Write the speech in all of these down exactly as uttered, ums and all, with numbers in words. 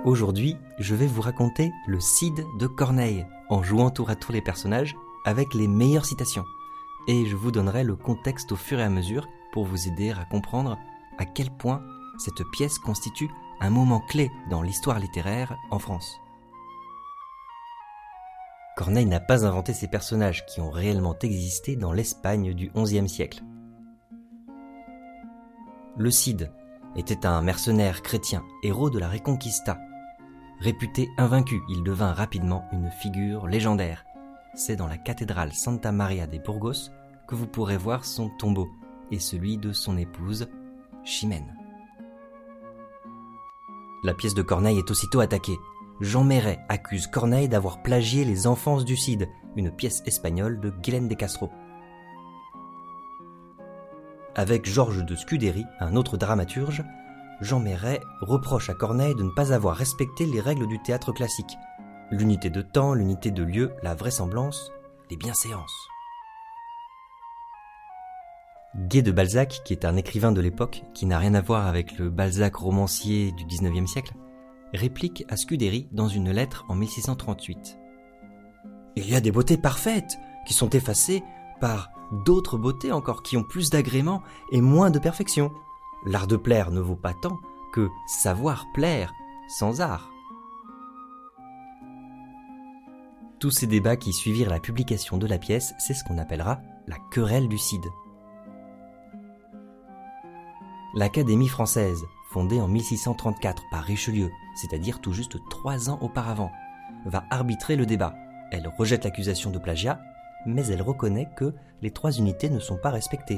Aujourd'hui, je vais vous raconter le Cid de Corneille, en jouant tour à tour les personnages avec les meilleures citations. Et je vous donnerai le contexte au fur et à mesure pour vous aider à comprendre à quel point cette pièce constitue un moment clé dans l'histoire littéraire en France. Corneille n'a pas inventé ces personnages qui ont réellement existé dans l'Espagne du onzième siècle. Le Cid était un mercenaire chrétien, héros de la Reconquista. Réputé invaincu, il devint rapidement une figure légendaire. C'est dans la cathédrale Santa Maria de Burgos que vous pourrez voir son tombeau et celui de son épouse, Chimène. La pièce de Corneille est aussitôt attaquée. Jean Marais accuse Corneille d'avoir plagié Les Enfances du Cid, une pièce espagnole de Guillén de Castro. Avec Georges de Scudéry, un autre dramaturge, Jean Marais reproche à Corneille de ne pas avoir respecté les règles du théâtre classique. L'unité de temps, l'unité de lieu, la vraisemblance, les bienséances. Guy de Balzac, qui est un écrivain de l'époque, qui n'a rien à voir avec le Balzac romancier du dix-neuvième siècle, réplique à Scudéry dans une lettre en mille six cent trente-huit. « Il y a des beautés parfaites qui sont effacées par d'autres beautés encore qui ont plus d'agrément et moins de perfection. L'art de plaire ne vaut pas tant que savoir plaire sans art. » Tous ces débats qui suivirent la publication de la pièce, c'est ce qu'on appellera la querelle du Cid. L'Académie française, fondée en mille six cent trente-quatre par Richelieu, c'est-à-dire tout juste trois ans auparavant, va arbitrer le débat. Elle rejette l'accusation de plagiat, mais elle reconnaît que les trois unités ne sont pas respectées.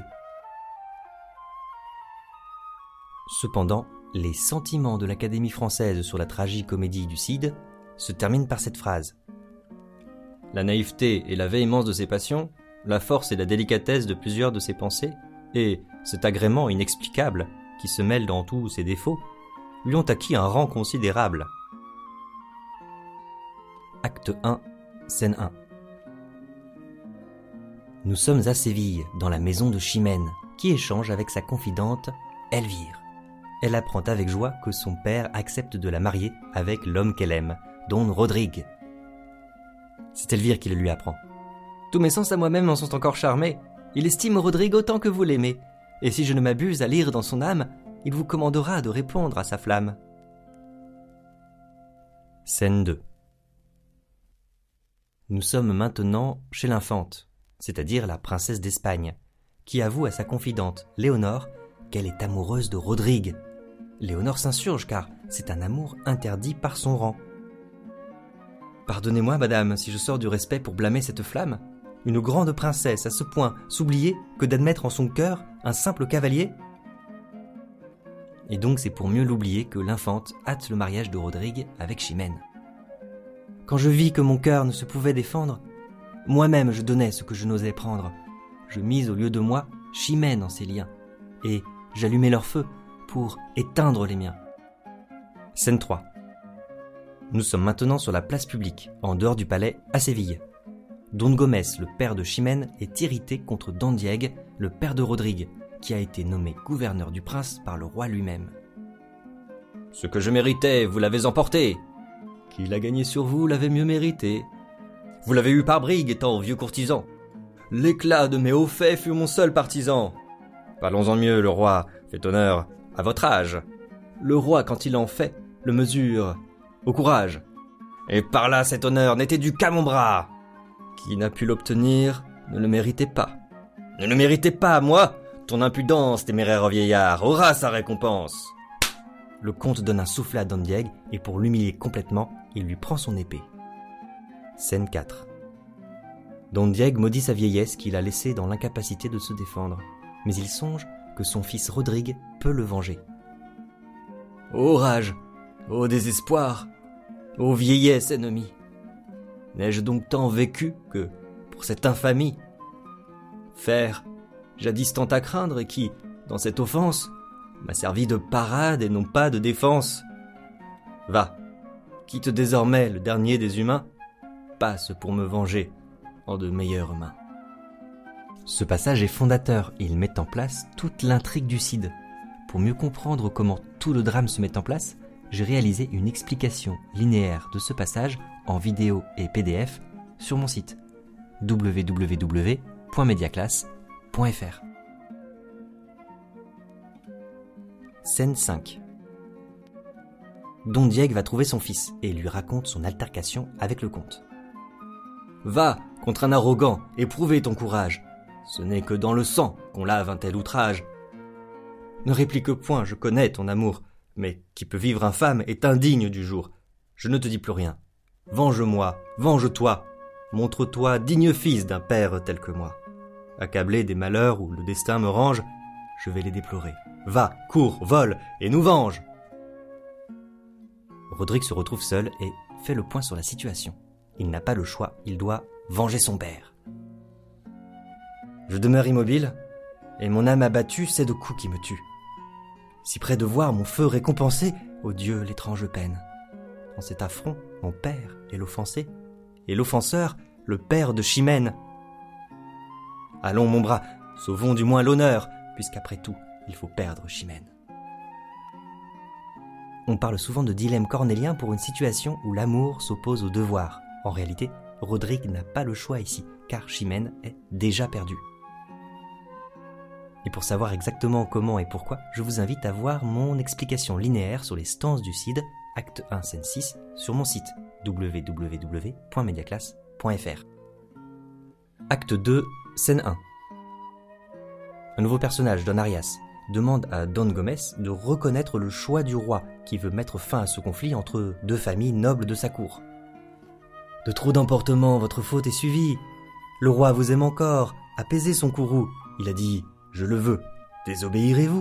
Cependant, les sentiments de l'Académie française sur la tragi-comédie du Cid se terminent par cette phrase. « La naïveté et la véhémence de ses passions, la force et la délicatesse de plusieurs de ses pensées, et cet agrément inexplicable qui se mêle dans tous ses défauts, lui ont acquis un rang considérable. » Acte un, scène un. Nous sommes à Séville, dans la maison de Chimène, qui échange avec sa confidente Elvire. Elle apprend avec joie que son père accepte de la marier avec l'homme qu'elle aime, Don Rodrigue. C'est Elvire qui le lui apprend. « Tous mes sens à moi-même en sont encore charmés. Il estime Rodrigue autant que vous l'aimez. Et si je ne m'abuse à lire dans son âme, il vous commandera de répondre à sa flamme. » Scène deux. Nous sommes maintenant chez l'infante, c'est-à-dire la princesse d'Espagne, qui avoue à sa confidente, Léonore, qu'elle est amoureuse de Rodrigue. Léonore s'insurge car c'est un amour interdit par son rang. « Pardonnez-moi, madame, si je sors du respect pour blâmer cette flamme. Une grande princesse à ce point s'oublier que d'admettre en son cœur un simple cavalier ?» Et donc c'est pour mieux l'oublier que l'infante hâte le mariage de Rodrigue avec Chimène. « Quand je vis que mon cœur ne se pouvait défendre, moi-même je donnais ce que je n'osais prendre. Je mis au lieu de moi Chimène en ses liens, et j'allumai leur feu pour éteindre les miens. » Scène trois. Nous sommes maintenant sur la place publique, en dehors du palais, à Séville. Don Gomez, le père de Chimène, est irrité contre Don Diègue, le père de Rodrigue, qui a été nommé gouverneur du prince par le roi lui-même. « Ce que je méritais, vous l'avez emporté. Qui l'a gagné sur vous l'avait mieux mérité. Vous l'avez eu par brigue étant vieux courtisan. L'éclat de mes hauts faits fut mon seul partisan. Parlons-en mieux, le roi fait honneur à votre âge. Le roi, quand il en fait, le mesure au courage. Et par là, cet honneur n'était dû qu'à mon bras. Qui n'a pu l'obtenir ne le méritait pas. Ne le méritait pas, moi. Ton impudence, téméraire vieillard, aura sa récompense. » Le comte donne un soufflet à Don Diègue et pour l'humilier complètement, il lui prend son épée. Scène quatre. Don Diègue maudit sa vieillesse qu'il a laissée dans l'incapacité de se défendre, mais il songe que son fils Rodrigue peut le venger. « Ô rage, ô désespoir, ô vieillesse ennemie, n'ai-je donc tant vécu que, pour cette infamie, faire, jadis tant à craindre et qui, dans cette offense, m'a servi de parade et non pas de défense. Va, quitte désormais le dernier des humains, passe pour me venger en de meilleures mains. » Ce passage est fondateur, il met en place toute l'intrigue du Cid. Pour mieux comprendre comment tout le drame se met en place, j'ai réalisé une explication linéaire de ce passage en vidéo et P D F sur mon site w w w point mediaclass point f r. Scène cinq. Don Diego va trouver son fils et lui raconte son altercation avec le comte. « Va, contre un arrogant, éprouver ton courage. Ce n'est que dans le sang qu'on lave un tel outrage. Ne réplique point, je connais ton amour, mais qui peut vivre infâme est indigne du jour. Je ne te dis plus rien. Venge-moi, venge-toi. Montre-toi digne fils d'un père tel que moi. Accablé des malheurs où le destin me range, je vais les déplorer. Va, cours, vole, et nous venge. » Rodrigue se retrouve seul et fait le point sur la situation. Il n'a pas le choix, il doit venger son père. Je demeure immobile, et mon âme abattue sait de coups qui me tuent. Si près de voir mon feu récompensé, ô Dieu, l'étrange peine. En cet affront, mon père est l'offensé, et l'offenseur, le père de Chimène. Allons, mon bras, sauvons du moins l'honneur, puisqu'après tout, il faut perdre Chimène. On parle souvent de dilemme cornélien pour une situation où l'amour s'oppose au devoir. En réalité, Rodrigue n'a pas le choix ici, car Chimène est déjà perdue. Et pour savoir exactement comment et pourquoi, je vous invite à voir mon explication linéaire sur les stances du Cid, acte un, scène six, sur mon site w w w point mediaclass point f r. Acte deux, scène un. Un nouveau personnage, Don Arias, demande à Don Gomez de reconnaître le choix du roi qui veut mettre fin à ce conflit entre deux familles nobles de sa cour. De trop d'emportement, votre faute est suivie. Le roi vous aime encore, apaisez son courroux. Il a dit « Je le veux, désobéirez-vous » ?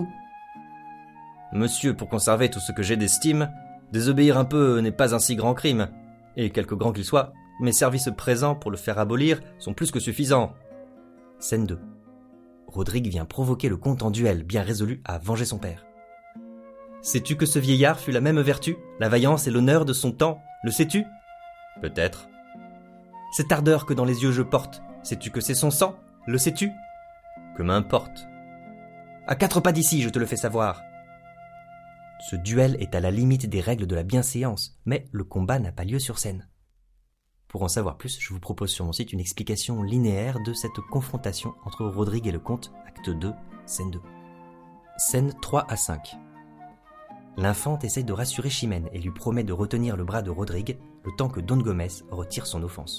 Monsieur, pour conserver tout ce que j'ai d'estime, désobéir un peu n'est pas un si grand crime. Et quelque grand qu'il soit, mes services présents pour le faire abolir sont plus que suffisants. Scène deux. Rodrigue vient provoquer le comte en duel, bien résolu à venger son père. « Sais-tu que ce vieillard fut la même vertu, la vaillance et l'honneur de son temps, le sais-tu » ? « Peut-être. »« Cette ardeur que dans les yeux je porte, sais-tu que c'est son sang, le sais-tu » ? « Que m'importe. »« À quatre pas d'ici, je te le fais savoir. » Ce duel est à la limite des règles de la bienséance, mais le combat n'a pas lieu sur scène. Pour en savoir plus, je vous propose sur mon site une explication linéaire de cette confrontation entre Rodrigue et le comte, acte deux, scène deux. Scène trois à cinq. L'infante essaye de rassurer Chimène et lui promet de retenir le bras de Rodrigue le temps que Don Gomez retire son offense.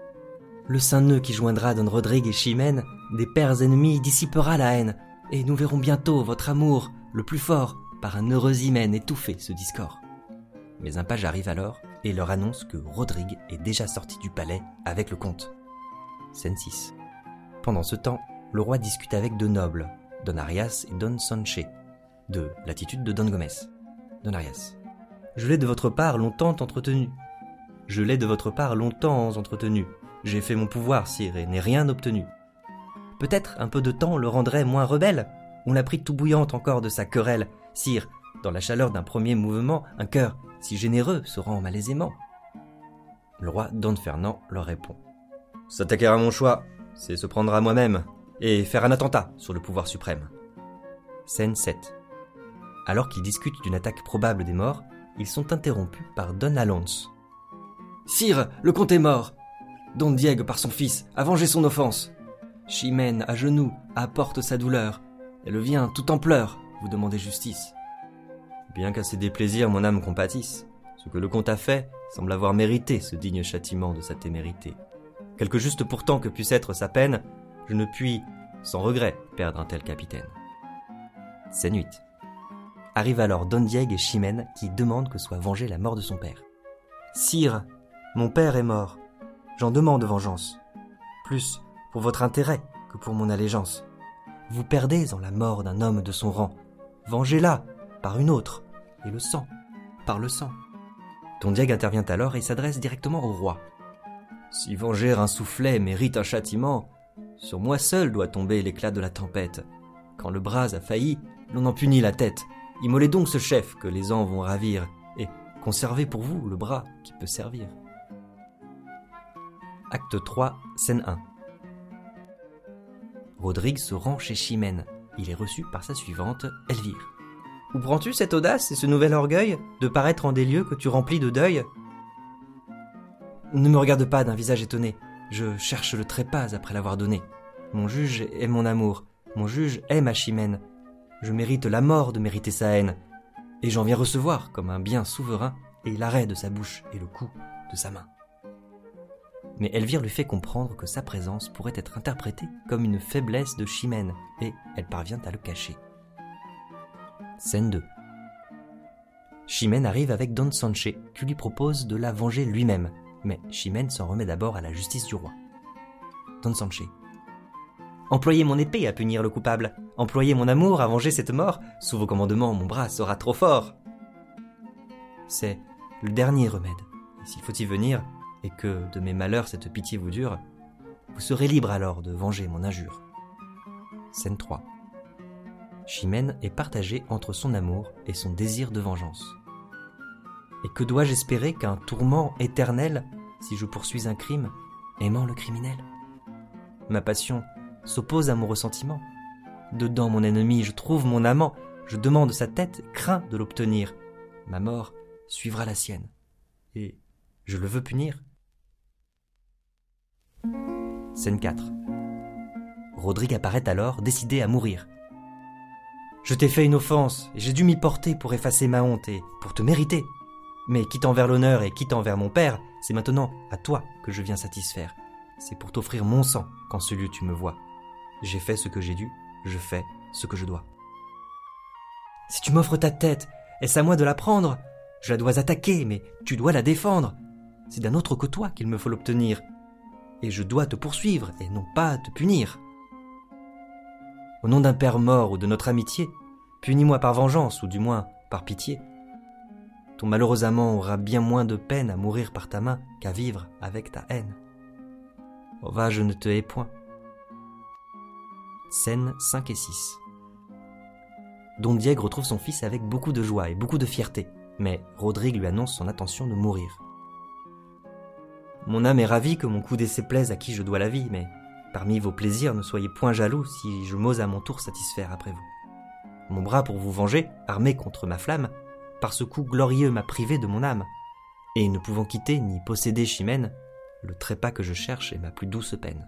Le saint nœud qui joindra Don Rodrigue et Chimène, des pères ennemis, dissipera la haine, et nous verrons bientôt votre amour, le plus fort, par un heureux hymen étouffer ce discord. Mais un page arrive alors et leur annonce que Rodrigue est déjà sorti du palais avec le comte. Scène six. Pendant ce temps, le roi discute avec deux nobles, Don Arias et Don Sanche, de l'attitude de Don Gomez. Don Arias. Je l'ai de votre part longtemps entretenu. Je l'ai de votre part longtemps entretenu. J'ai fait mon pouvoir, sire, et n'ai rien obtenu. Peut-être un peu de temps le rendrait moins rebelle. On l'a pris tout bouillante encore de sa querelle. Sire, dans la chaleur d'un premier mouvement, un cœur si généreux se rend malaisément. Le roi Don Fernand leur répond. S'attaquer à mon choix, c'est se prendre à moi-même, et faire un attentat sur le pouvoir suprême. Scène sept. Alors qu'ils discutent d'une attaque probable des morts, ils sont interrompus par Don Alonso. « Sire, le comte est mort. Don Diego, par son fils, a vengé son offense. Chimène, à genoux, apporte sa douleur. Elle vient, tout en pleurs, vous demander justice. Bien qu'à ses déplaisirs mon âme compatisse, ce que le comte a fait semble avoir mérité ce digne châtiment de sa témérité. Quelque juste pourtant que puisse être sa peine, je ne puis, sans regret, perdre un tel capitaine. » Scène huit. Arrivent alors Don Diego et Chimène qui demandent que soit vengée la mort de son père. « Sire, mon père est mort. J'en demande vengeance. Plus pour votre intérêt que pour mon allégeance. Vous perdez en la mort d'un homme de son rang. Vengez-la par une autre, et le sang par le sang. » Don Diego intervient alors et s'adresse directement au roi. « Si venger un soufflet mérite un châtiment, sur moi seul doit tomber l'éclat de la tempête. Quand le bras a failli, l'on en punit la tête. Immolez donc ce chef que les ans vont ravir, et conservez pour vous le bras qui peut servir. » Acte trois, scène un. Rodrigue se rend chez Chimène. Il est reçu par sa suivante, Elvire. « Où prends-tu cette audace et ce nouvel orgueil de paraître en des lieux que tu remplis de deuil ? Ne me regarde pas d'un visage étonné, je cherche le trépas après l'avoir donné. Mon juge est mon amour, mon juge est ma Chimène. Je mérite la mort de mériter sa haine, et j'en viens recevoir, comme un bien souverain, et l'arrêt de sa bouche et le coup de sa main. Mais Elvire lui fait comprendre que sa présence pourrait être interprétée comme une faiblesse de Chimène, et elle parvient à le cacher. Scène deux. Chimène arrive avec Don Sanche, qui lui propose de la venger lui-même, mais Chimène s'en remet d'abord à la justice du roi. Don Sanche. Employez mon épée à punir le coupable, employez mon amour à venger cette mort, sous vos commandements mon bras sera trop fort. C'est le dernier remède, et s'il faut y venir, et que de mes malheurs cette pitié vous dure, vous serez libre alors de venger mon injure. Scène trois. Chimène est partagée entre son amour et son désir de vengeance. Et que dois-je espérer qu'un tourment éternel si je poursuis un crime, aimant le criminel ? Ma passion s'oppose à mon ressentiment. Dedans mon ennemi, je trouve mon amant, je demande sa tête, crains de l'obtenir. Ma mort suivra la sienne, et je le veux punir. Scène quatre. Rodrigue apparaît alors, décidé à mourir. Je t'ai fait une offense, et j'ai dû m'y porter pour effacer ma honte et pour te mériter. Mais quitte envers l'honneur et quitte envers mon père, c'est maintenant à toi que je viens satisfaire. C'est pour t'offrir mon sang qu'en ce lieu tu me vois. J'ai fait ce que j'ai dû, je fais ce que je dois. Si tu m'offres ta tête, est-ce à moi de la prendre ? Je la dois attaquer, mais tu dois la défendre. C'est d'un autre que toi qu'il me faut l'obtenir. Et je dois te poursuivre et non pas te punir. Au nom d'un père mort ou de notre amitié, punis-moi par vengeance ou du moins par pitié. Ton malheureux amant aura bien moins de peine à mourir par ta main qu'à vivre avec ta haine. Oh va, je ne te hais point. Scènes cinq et six. Don Diègue retrouve son fils avec beaucoup de joie et beaucoup de fierté, mais Rodrigue lui annonce son intention de mourir. Mon âme est ravie que mon coup d'essai plaise à qui je dois la vie, mais parmi vos plaisirs ne soyez point jaloux si je m'ose à mon tour satisfaire après vous. Mon bras pour vous venger, armé contre ma flamme, par ce coup glorieux m'a privé de mon âme, et ne pouvant quitter ni posséder Chimène, le trépas que je cherche est ma plus douce peine.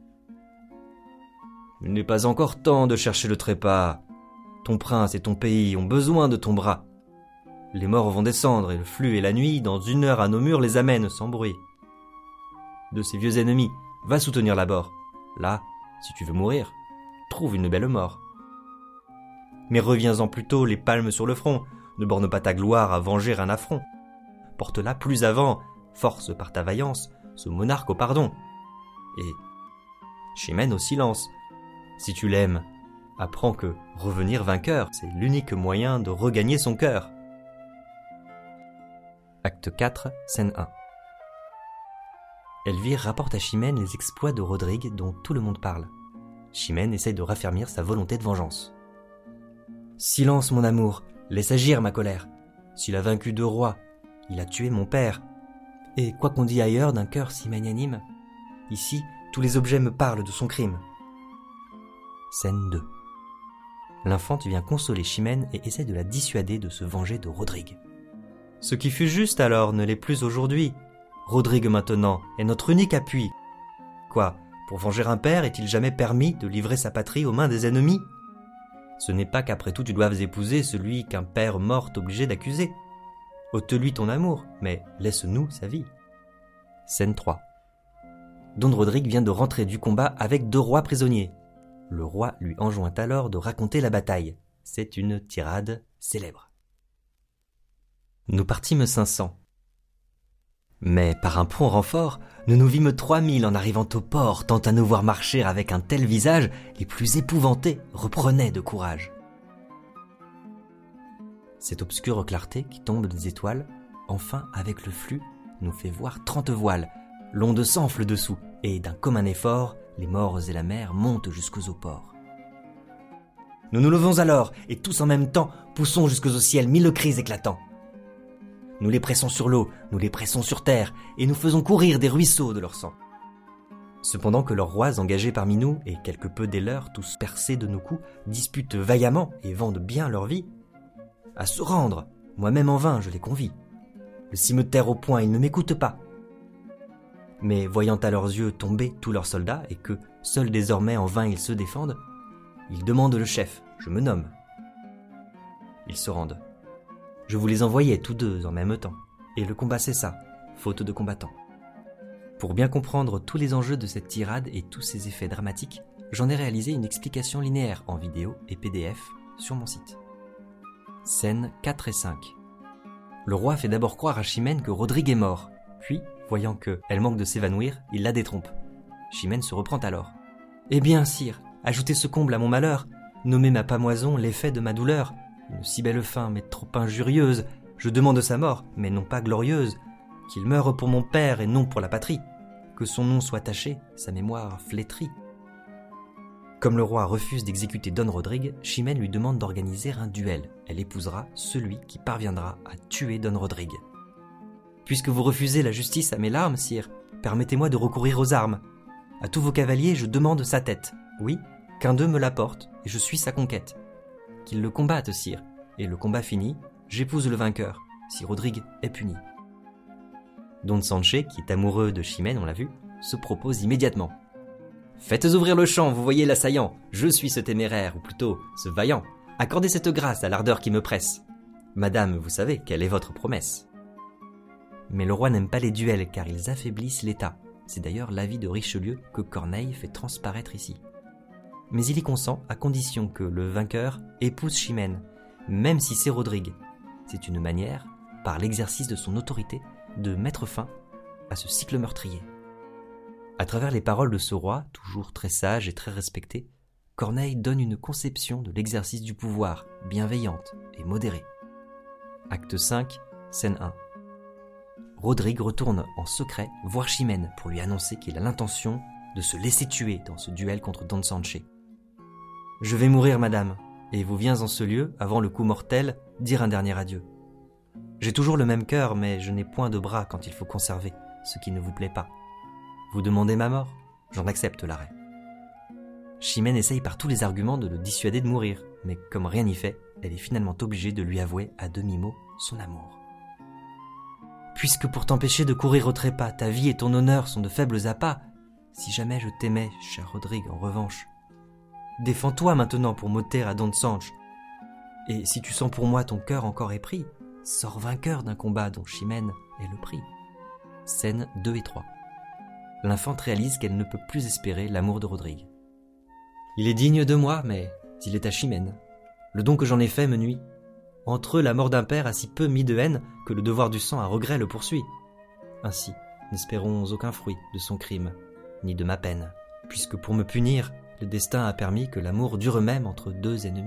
Il n'est pas encore temps de chercher le trépas. Ton prince et ton pays ont besoin de ton bras. Les morts vont descendre et le flux et la nuit, dans une heure à nos murs, les amènent sans bruit. De ces vieux ennemis, va soutenir l'abord. Là, si tu veux mourir, trouve une belle mort. Mais reviens-en plutôt les palmes sur le front, ne borne pas ta gloire à venger un affront. Porte-la plus avant, force par ta vaillance, ce monarque au pardon. Et Chimène au silence. Si tu l'aimes, apprends que revenir vainqueur, c'est l'unique moyen de regagner son cœur. Acte quatre, scène un. Elvire rapporte à Chimène les exploits de Rodrigue dont tout le monde parle. Chimène essaye de raffermir sa volonté de vengeance. Silence, mon amour, laisse agir ma colère. S'il a vaincu deux rois, il a tué mon père. Et quoi qu'on dit ailleurs d'un cœur si magnanime, ici, tous les objets me parlent de son crime. Scène deux. L'infante vient consoler Chimène et essaie de la dissuader de se venger de Rodrigue. Ce qui fut juste alors ne l'est plus aujourd'hui. Rodrigue maintenant est notre unique appui. Quoi, pour venger un père, est-il jamais permis de livrer sa patrie aux mains des ennemis ? Ce n'est pas qu'après tout tu doives épouser celui qu'un père mort t'obligeait d'accuser. Ôte-lui ton amour, mais laisse-nous sa vie. Scène trois. Don Rodrigue vient de rentrer du combat avec deux rois prisonniers. Le roi lui enjoint alors de raconter la bataille. C'est une tirade célèbre. Nous partîmes cinq cents. Mais par un prompt renfort, nous nous vîmes trois mille en arrivant au port, tant à nous voir marcher avec un tel visage, les plus épouvantés reprenaient de courage. Cette obscure clarté qui tombe des étoiles, enfin avec le flux, nous fait voir trente voiles, l'onde s'enfle dessous, et d'un commun effort, les morts et la mer montent jusqu'aux ports. Nous nous levons alors, et tous en même temps, poussons jusqu'au ciel mille cris éclatants. Nous les pressons sur l'eau, nous les pressons sur terre, et nous faisons courir des ruisseaux de leur sang. Cependant que leurs rois engagés parmi nous, et quelque peu des leurs, tous percés de nos coups, disputent vaillamment et vendent bien leur vie, à se rendre. Moi-même en vain, je les convie. Le cimeterre au poing, ils ne m'écoutent pas. Mais voyant à leurs yeux tomber tous leurs soldats et que, seuls désormais en vain ils se défendent, ils demandent le chef, je me nomme. Ils se rendent. Je vous les envoyais tous deux en même temps, et le combat cessa, faute de combattants. Pour bien comprendre tous les enjeux de cette tirade et tous ses effets dramatiques, j'en ai réalisé une explication linéaire en vidéo et P D F sur mon site. Scènes quatre et cinq. Le roi fait d'abord croire à Chimène que Rodrigue est mort, puis, voyant qu'elle manque de s'évanouir, il la détrompe. Chimène se reprend alors. « Eh bien, sire, ajoutez ce comble à mon malheur, nommez ma pamoison l'effet de ma douleur. Une si belle fin, mais trop injurieuse. Je demande sa mort, mais non pas glorieuse. Qu'il meure pour mon père et non pour la patrie. Que son nom soit taché, sa mémoire flétrie. » Comme le roi refuse d'exécuter Don Rodrigue, Chimène lui demande d'organiser un duel. Elle épousera celui qui parviendra à tuer Don Rodrigue. « Puisque vous refusez la justice à mes larmes, sire, permettez-moi de recourir aux armes. À tous vos cavaliers, je demande sa tête. Oui, qu'un d'eux me l'apporte, et je suis sa conquête. Qu'ils le combattent, sire, et le combat fini, j'épouse le vainqueur, si Rodrigue est puni. » Don Sanché, qui est amoureux de Chimène, on l'a vu, se propose immédiatement. « Faites ouvrir le champ, vous voyez l'assaillant. Je suis ce téméraire, ou plutôt ce vaillant. Accordez cette grâce à l'ardeur qui me presse. Madame, vous savez quelle est votre promesse. » Mais le roi n'aime pas les duels car ils affaiblissent l'État. C'est d'ailleurs l'avis de Richelieu que Corneille fait transparaître ici. Mais il y consent à condition que le vainqueur épouse Chimène, même si c'est Rodrigue. C'est une manière, par l'exercice de son autorité, de mettre fin à ce cycle meurtrier. À travers les paroles de ce roi, toujours très sage et très respecté, Corneille donne une conception de l'exercice du pouvoir, bienveillante et modérée. Acte cinq, scène un. Rodrigue retourne en secret voir Chimène pour lui annoncer qu'il a l'intention de se laisser tuer dans ce duel contre Don Sanché. « Je vais mourir, madame, et vous viens en ce lieu, avant le coup mortel, dire un dernier adieu. J'ai toujours le même cœur, mais je n'ai point de bras quand il faut conserver ce qui ne vous plaît pas. Vous demandez ma mort, j'en accepte l'arrêt. » Chimène essaye par tous les arguments de le dissuader de mourir, mais comme rien n'y fait, elle est finalement obligée de lui avouer à demi-mot son amour. « Puisque pour t'empêcher de courir au trépas, ta vie et ton honneur sont de faibles appâts, si jamais je t'aimais, cher Rodrigue, en revanche, défends-toi maintenant pour m'ôter à Don Sanche. Et si tu sens pour moi ton cœur encore épris, sors vainqueur d'un combat dont Chimène est le prix. » Scènes deux et trois. L'infante réalise qu'elle ne peut plus espérer l'amour de Rodrigue. « Il est digne de moi, mais il est à Chimène. Le don que j'en ai fait me nuit. Entre eux, la mort d'un père a si peu mis de haine que le devoir du sang à regret le poursuit. Ainsi, n'espérons aucun fruit de son crime, ni de ma peine, puisque pour me punir, le destin a permis que l'amour dure même entre deux ennemis. »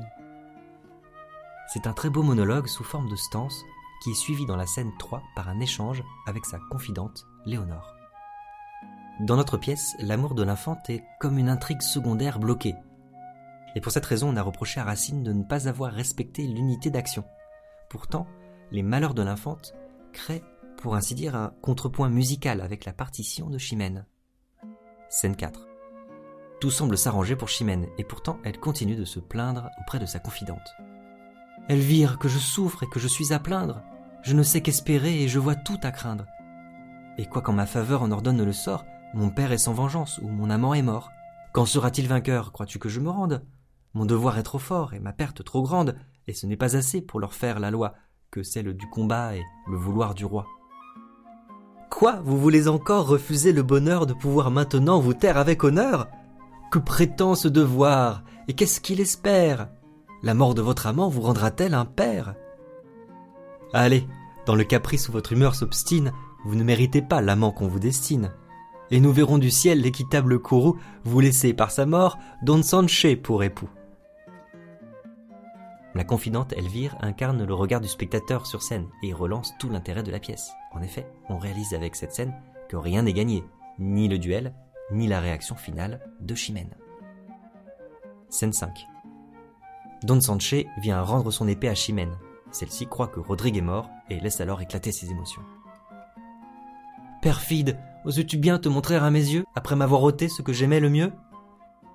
C'est un très beau monologue sous forme de stance qui est suivi dans la scène trois par un échange avec sa confidente Léonore. Dans notre pièce, l'amour de l'infante est comme une intrigue secondaire bloquée. Et pour cette raison, on a reproché à Racine de ne pas avoir respecté l'unité d'action. Pourtant, les malheurs de l'infante créent, pour ainsi dire, un contrepoint musical avec la partition de Chimène. Scène quatre. Tout semble s'arranger pour Chimène, et pourtant elle continue de se plaindre auprès de sa confidente. « Elvire, que je souffre et que je suis à plaindre. Je ne sais qu'espérer et je vois tout à craindre. Et quoi qu'en ma faveur on ordonne le sort, mon père est sans vengeance ou mon amant est mort. Quand sera-t-il vainqueur, crois-tu que je me rende ? Mon devoir est trop fort et ma perte trop grande, et ce n'est pas assez pour leur faire la loi, que celle du combat et le vouloir du roi. Quoi, vous voulez encore refuser le bonheur de pouvoir maintenant vous taire avec honneur ? Que prétend ce devoir, et qu'est-ce qu'il espère ? La mort de votre amant vous rendra-t-elle un père ? Allez, dans le caprice où votre humeur s'obstine, vous ne méritez pas l'amant qu'on vous destine. Et nous verrons du ciel l'équitable courroux vous laisser par sa mort Don Sanché pour époux. La confidente Elvire incarne le regard du spectateur sur scène et relance tout l'intérêt de la pièce. En effet, on réalise avec cette scène que rien n'est gagné, ni le duel, ni la réaction finale de Chimène. Scène cinq. Don Sanché vient rendre son épée à Chimène. Celle-ci croit que Rodrigue est mort et laisse alors éclater ses émotions. « Perfide, oses-tu bien te montrer à mes yeux, après m'avoir ôté ce que j'aimais le mieux ?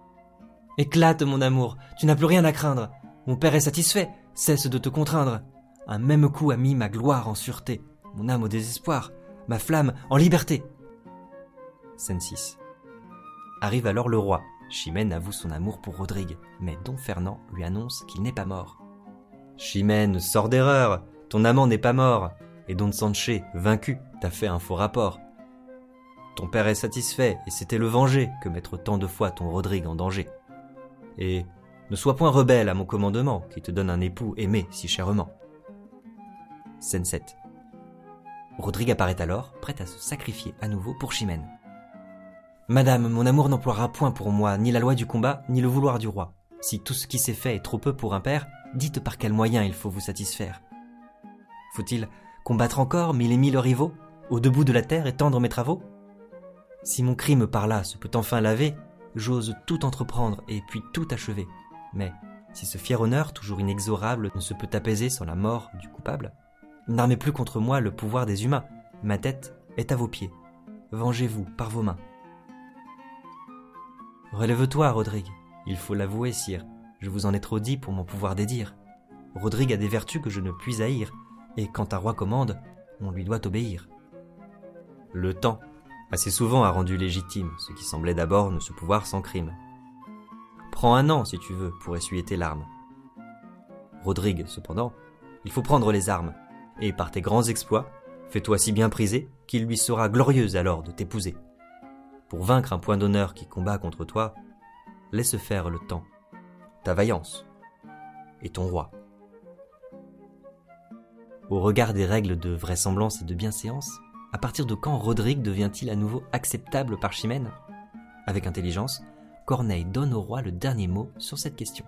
Éclate, mon amour, tu n'as plus rien à craindre. Mon père est satisfait, cesse de te contraindre. un même coup a mis ma gloire en sûreté, mon âme au désespoir, ma flamme en liberté. Scène six. Arrive alors le roi. Chimène avoue son amour pour Rodrigue, mais Don Fernand lui annonce qu'il n'est pas mort. Chimène, sors d'erreur, ton amant n'est pas mort, et Don Sanché, vaincu, t'a fait un faux rapport. Ton père est satisfait, et c'était le venger que mettre tant de fois ton Rodrigue en danger. Et ne sois point rebelle à mon commandement, qui te donne un époux aimé si chèrement. Scène sept. Rodrigue apparaît alors, prêt à se sacrifier à nouveau pour Chimène. Madame, mon amour n'emploiera point pour moi ni la loi du combat, ni le vouloir du roi. Si tout ce qui s'est fait est trop peu pour un père, dites par quels moyens il faut vous satisfaire. Faut-il combattre encore mille et mille rivaux, au debout de la terre et tendre mes travaux? Si mon crime par là se peut enfin laver, j'ose tout entreprendre et puis tout achever. Mais si ce fier honneur, toujours inexorable, ne se peut apaiser sans la mort du coupable, n'armez plus contre moi le pouvoir des humains. Ma tête est à vos pieds. Vengez-vous par vos mains. Relève-toi, Rodrigue. Il faut l'avouer, sire. Je vous en ai trop dit pour m'en pouvoir dédire. Rodrigue a des vertus que je ne puis haïr, et quand un roi commande, on lui doit obéir. Le temps, assez souvent, a rendu légitime ce qui semblait d'abord ne se pouvoir sans crime. Prends un an, si tu veux, pour essuyer tes larmes. Rodrigue, cependant, il faut prendre les armes, et par tes grands exploits, fais-toi si bien priser qu'il lui sera glorieux alors de t'épouser. Pour vaincre un point d'honneur qui combat contre toi, laisse faire le temps, ta vaillance et ton roi. Au regard des règles de vraisemblance et de bienséance, à partir de quand Rodrigue devient-il à nouveau acceptable par Chimène? Avec intelligence, Corneille donne au roi le dernier mot sur cette question.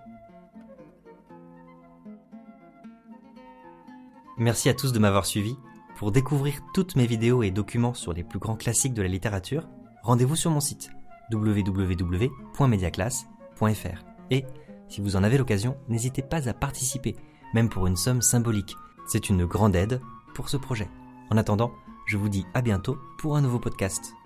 Merci à tous de m'avoir suivi. Pour découvrir toutes mes vidéos et documents sur les plus grands classiques de la littérature, rendez-vous sur mon site w w w point mediaclass point f r. Et, si vous en avez l'occasion, n'hésitez pas à participer, même pour une somme symbolique. C'est une grande aide pour ce projet. En attendant, je vous dis à bientôt pour un nouveau podcast.